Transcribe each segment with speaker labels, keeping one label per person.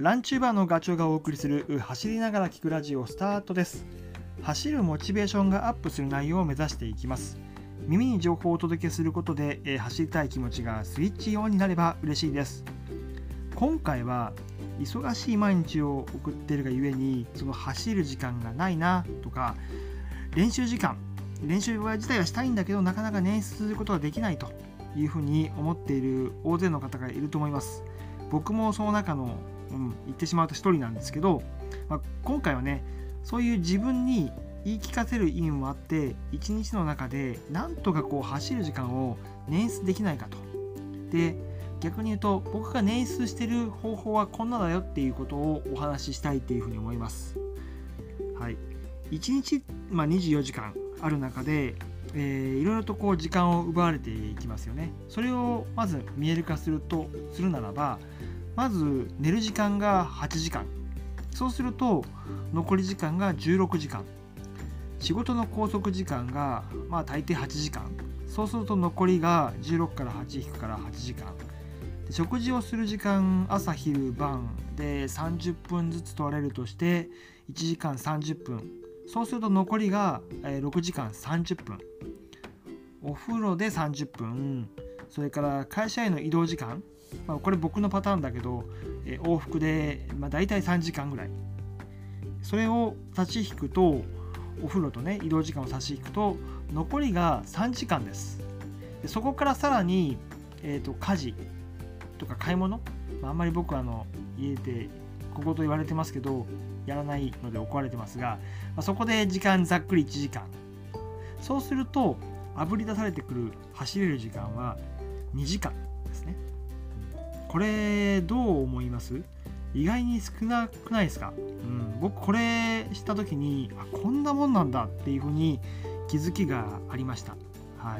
Speaker 1: ランチューバーのガチョウがお送りする走りながら聞くラジオスタートです。走るモチベーションがアップする内容を目指していきます。耳に情報をお届けすることで、走りたい気持ちがスイッチオンになれば嬉しいです。今回は忙しい毎日を送っているがゆえにその走る時間がないなとか、練習自体はしたいんだけどなかなか捻出することができないというふうに思っている大勢の方がいると思います。僕もその中の、言ってしまうと一人なんですけど、今回はね、そういう自分に言い聞かせる意味もあって、一日の中でなんとか走る時間を捻出できないかと。で、逆に言うと僕が捻出している方法はこんなだよっていうことをお話ししたいっていうふうに思います。はい。1日、24時間ある中で、いろいろと時間を奪われていきますよね。それをまず見える化するならば、まず寝る時間が8時間、そうすると残り時間が16時間、仕事の拘束時間が大抵8時間、そうすると残りが16から8引くから8時間で、食事をする時間朝昼晩で30分ずつ取られるとして1時間30分、そうすると残りが6時間30分、お風呂で30分、それから会社への移動時間、これ僕のパターンだけど、往復でだいたい3時間ぐらい、それを差し引くと、お風呂とね移動時間を差し引くと残りが3時間です。でそこからさらに、家事とか買い物、あんまり僕は家でここと言われてますけどやらないので怒られてますが、そこで時間ざっくり1時間、そうするとあぶり出されてくる走れる時間は2時間ですね。これどう思います？意外に少なくないですか？僕これした時にこんなもんなんだっていうふうに気づきがありました。はい。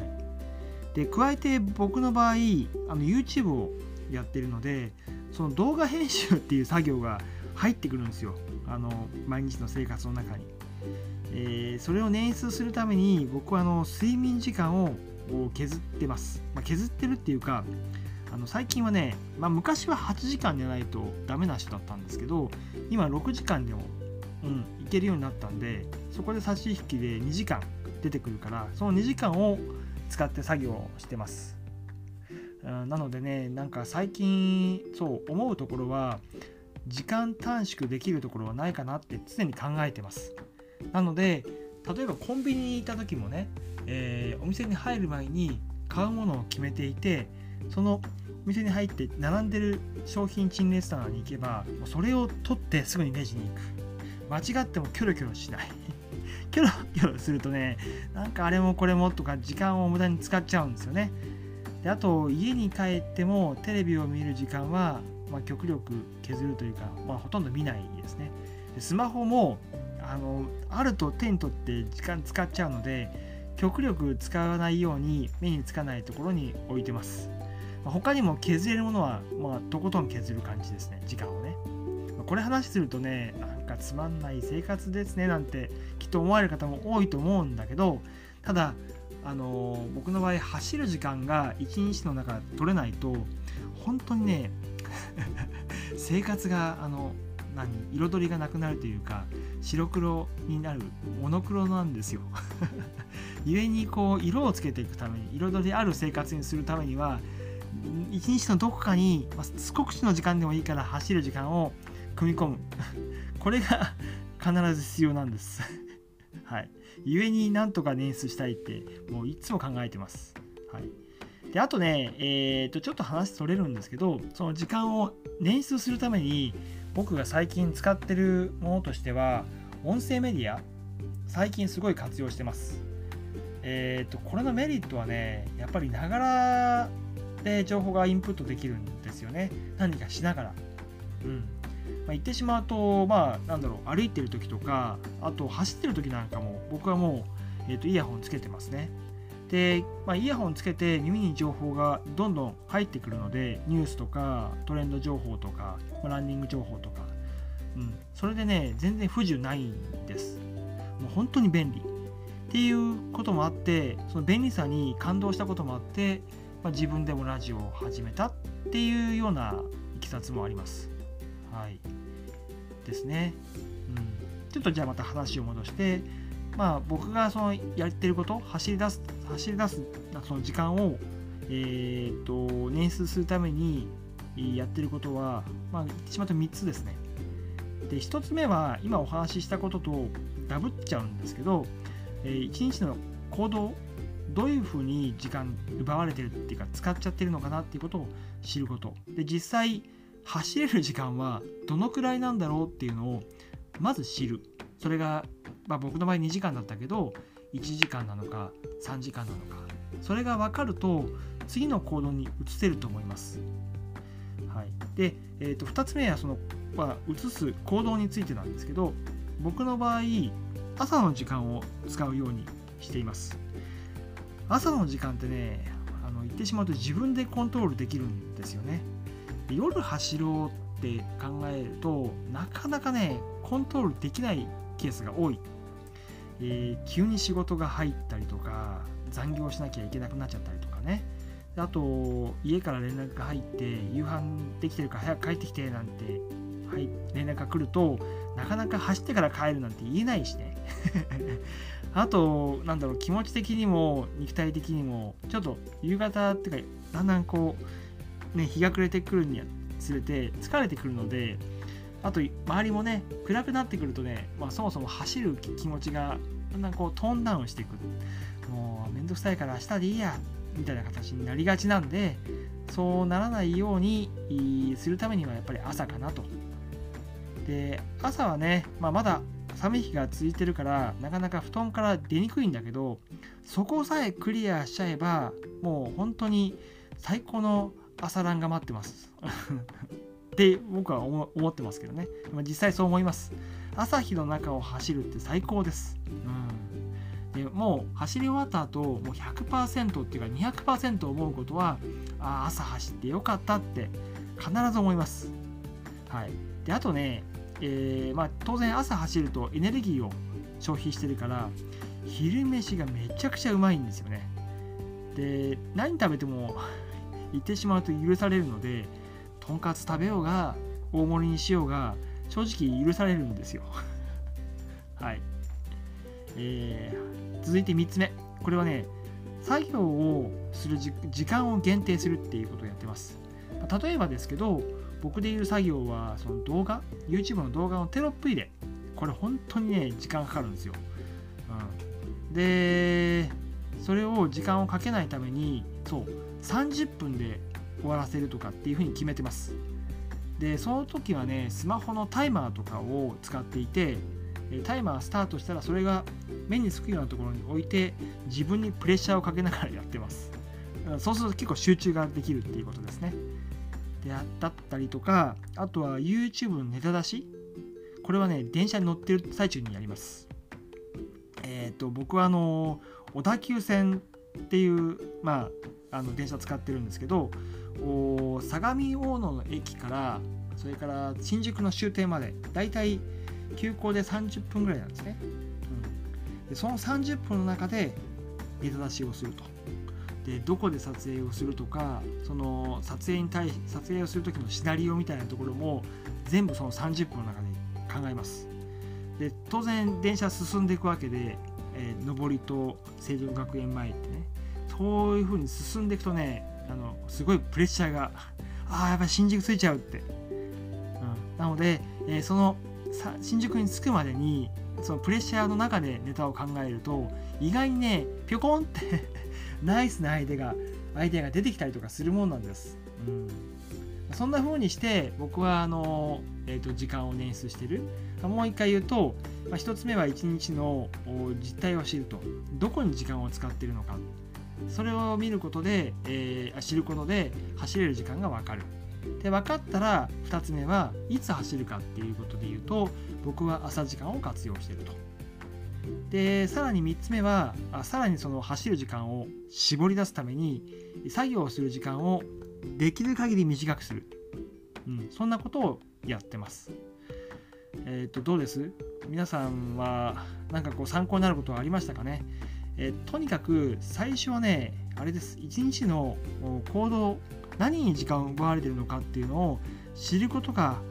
Speaker 1: で加えて僕の場合YouTube をやってるので、その動画編集っていう作業が入ってくるんですよ。毎日の生活の中に。それを捻出するために僕は睡眠時間を削ってます。削ってるっていうか、最近はね、昔は8時間寝ないとダメな人だったんですけど、今6時間でも、いけるようになったんで、そこで差し引きで2時間出てくるから、その2時間を使って作業をしてます。なのでね、なんか最近そう思うところは、時間短縮できるところはないかなって常に考えてます。なので例えばコンビニに行った時もね、お店に入る前に買うものを決めていて、そのお店に入って並んでる商品陳列棚に行けば、それを取ってすぐにレジに行く。間違ってもキョロキョロしないキョロキョロするとね、なんかあれもこれもとか時間を無駄に使っちゃうんですよね。であと家に帰ってもテレビを見る時間は、極力削るというか、ほとんど見ないですね。でスマホもあると手に取って時間使っちゃうので、極力使わないように目につかないところに置いてます。他にも削れるものは、とことん削る感じですね、時間をね。これ話するとね、なんかつまんない生活ですねなんてきっと思われる方も多いと思うんだけど、ただ僕の場合走る時間が一日の中で取れないと本当にね生活が彩りがなくなるというか、白黒になる、モノクロなんですよ故に色をつけていくために、彩りある生活にするためには、一日のどこかに少しの時間でもいいから走る時間を組み込むこれが必ず必要なんですはい。故になんとか捻出したいってもういつも考えてます。はい。であとね、ちょっと話それるんですけど、その時間を捻出するために僕が最近使ってるものとしては、音声メディア最近すごい活用してます。これのメリットはね、やっぱりながらで情報がインプットできるんですよね。何かしながら。言ってしまうと、歩いてる時とか、あと走ってる時なんかも僕はもう、イヤホンつけてますね。で、イヤホンつけて耳に情報がどんどん入ってくるので、ニュースとかトレンド情報とか、ランニング情報とか、それでね、全然不自由ないんです。もう本当に便利っていうこともあって、その便利さに感動したこともあって、自分でもラジオを始めたっていうようないきさつもあります。 はいですね。ちょっとじゃあまた話を戻して、僕がそのやってること、走り出すその時間を、捻出するためにやってることは、言ってしまうと3つですね。で、1つ目は今お話ししたこととダブっちゃうんですけど、1日の行動、どういうふうに時間奪われてるっていうか使っちゃってるのかなっていうことを知ること。で、実際走れる時間はどのくらいなんだろうっていうのをまず知る。それが、僕の場合2時間だったけど1時間なのか3時間なのか、それが分かると次の行動に移せると思います。はい、で、2つ目はその、移す行動についてなんですけど、僕の場合朝の時間を使うようにしています。朝の時間ってね、言ってしまうと自分でコントロールできるんですよね。夜走ろうって考えるとなかなかねコントロールできないケースが多い。急に仕事が入ったりとか残業しなきゃいけなくなっちゃったりとかね。あと家から連絡が入って夕飯できてるから早く帰ってきてなんて、連絡が来るとなかなか走ってから帰るなんて言えないしねあと気持ち的にも肉体的にもちょっと夕方っていうかだんだん日が暮れてくるにつれて疲れてくるので、あと周りもね暗くなってくるとね、そもそも走る気持ちがだんだんトーンダウンしていく。もうめんどくさいから明日でいいやみたいな形になりがちなんで、そうならないようにするためにはやっぱり朝かなと。で、朝はね、まだ寒い日が続いてるからなかなか布団から出にくいんだけど、そこさえクリアしちゃえばもう本当に最高の朝ランが待ってますって僕は思ってますけどね。実際そう思います。朝日の中を走るって最高です。でもう走り終わった後もう 100% っていうか 200% 思うことは、朝走ってよかったって必ず思います。はい。で、あとね、当然朝走るとエネルギーを消費してるから昼飯がめちゃくちゃうまいんですよね。で、何食べても言ってしまうと許されるので、とんかつ食べようが大盛りにしようが正直許されるんですよはい、続いて3つ目、これはね、作業をする時間を限定するっていうことをやってます。例えばですけど、僕でいう作業はその動画 YouTube の動画のテロップ入れ、これ本当にね時間かかるんですよ。でそれを時間をかけないために30分で終わらせるとかっていう風に決めてます。でその時はねスマホのタイマーとかを使っていて、タイマースタートしたらそれが目につくようなところに置いて自分にプレッシャーをかけながらやってます。そうすると結構集中ができるっていうことですね。でだったりとか、あとは YouTube のネタ出し、これはね電車に乗ってる最中にやります。僕は小田急線っていう電車を使ってるんですけど、相模大野の駅からそれから新宿の終点までだいたい急行で30分ぐらいなんですね。でその30分の中でネタ出しをすると。でどこで撮影をするとか、その撮影をする時のシナリオみたいなところも全部その30分の中で考えます。で当然電車進んでいくわけで、上りと成城学園前ってね、そういう風に進んでいくとね、すごいプレッシャーがやっぱり新宿着いちゃうって、なので、その新宿に着くまでにそのプレッシャーの中でネタを考えると意外にねピョコンってナイスなアイデアが出てきたりとかするもんなんです。そんな風にして僕は時間を捻出してる。もう一回言うと、一つ目は一日の実態を知ると、どこに時間を使っているのか、それを見ることで、知ることで走れる時間が分かる。で分かったら2つ目はいつ走るかっていうことで言うと、僕は朝時間を活用していると。でさらに3つ目はさらにその走る時間を絞り出すために作業をする時間をできる限り短くする、そんなことをやってます。どうです？皆さんはなんか参考になることはありましたかね？とにかく最初はねあれです、一日の行動、何に時間を奪われているのかっていうのを知ることが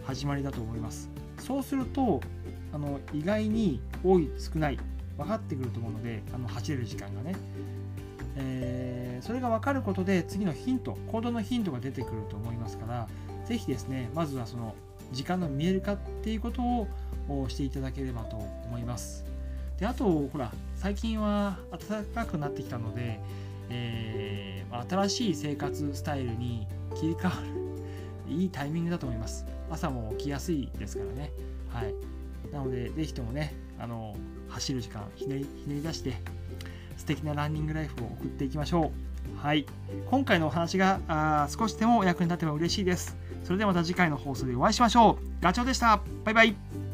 Speaker 1: 始まりだと思います。そうすると意外に多い少ない分かってくると思うので、走れる時間がね、それが分かることで次の行動のヒントが出てくると思いますから、ぜひですね、まずはその時間の見える化っていうことをしていただければと思います。で、あとほら最近は暖かくなってきたので、新しい生活スタイルに切り替わるいいタイミングだと思います。朝も起きやすいですからね。はい。なのでぜひともね、走る時間ひねり出して素敵なランニングライフを送っていきましょう。はい。今回のお話が少しでもお役に立てば嬉しいです。それではまた次回の放送でお会いしましょう。ガチョウでした。バイバイ。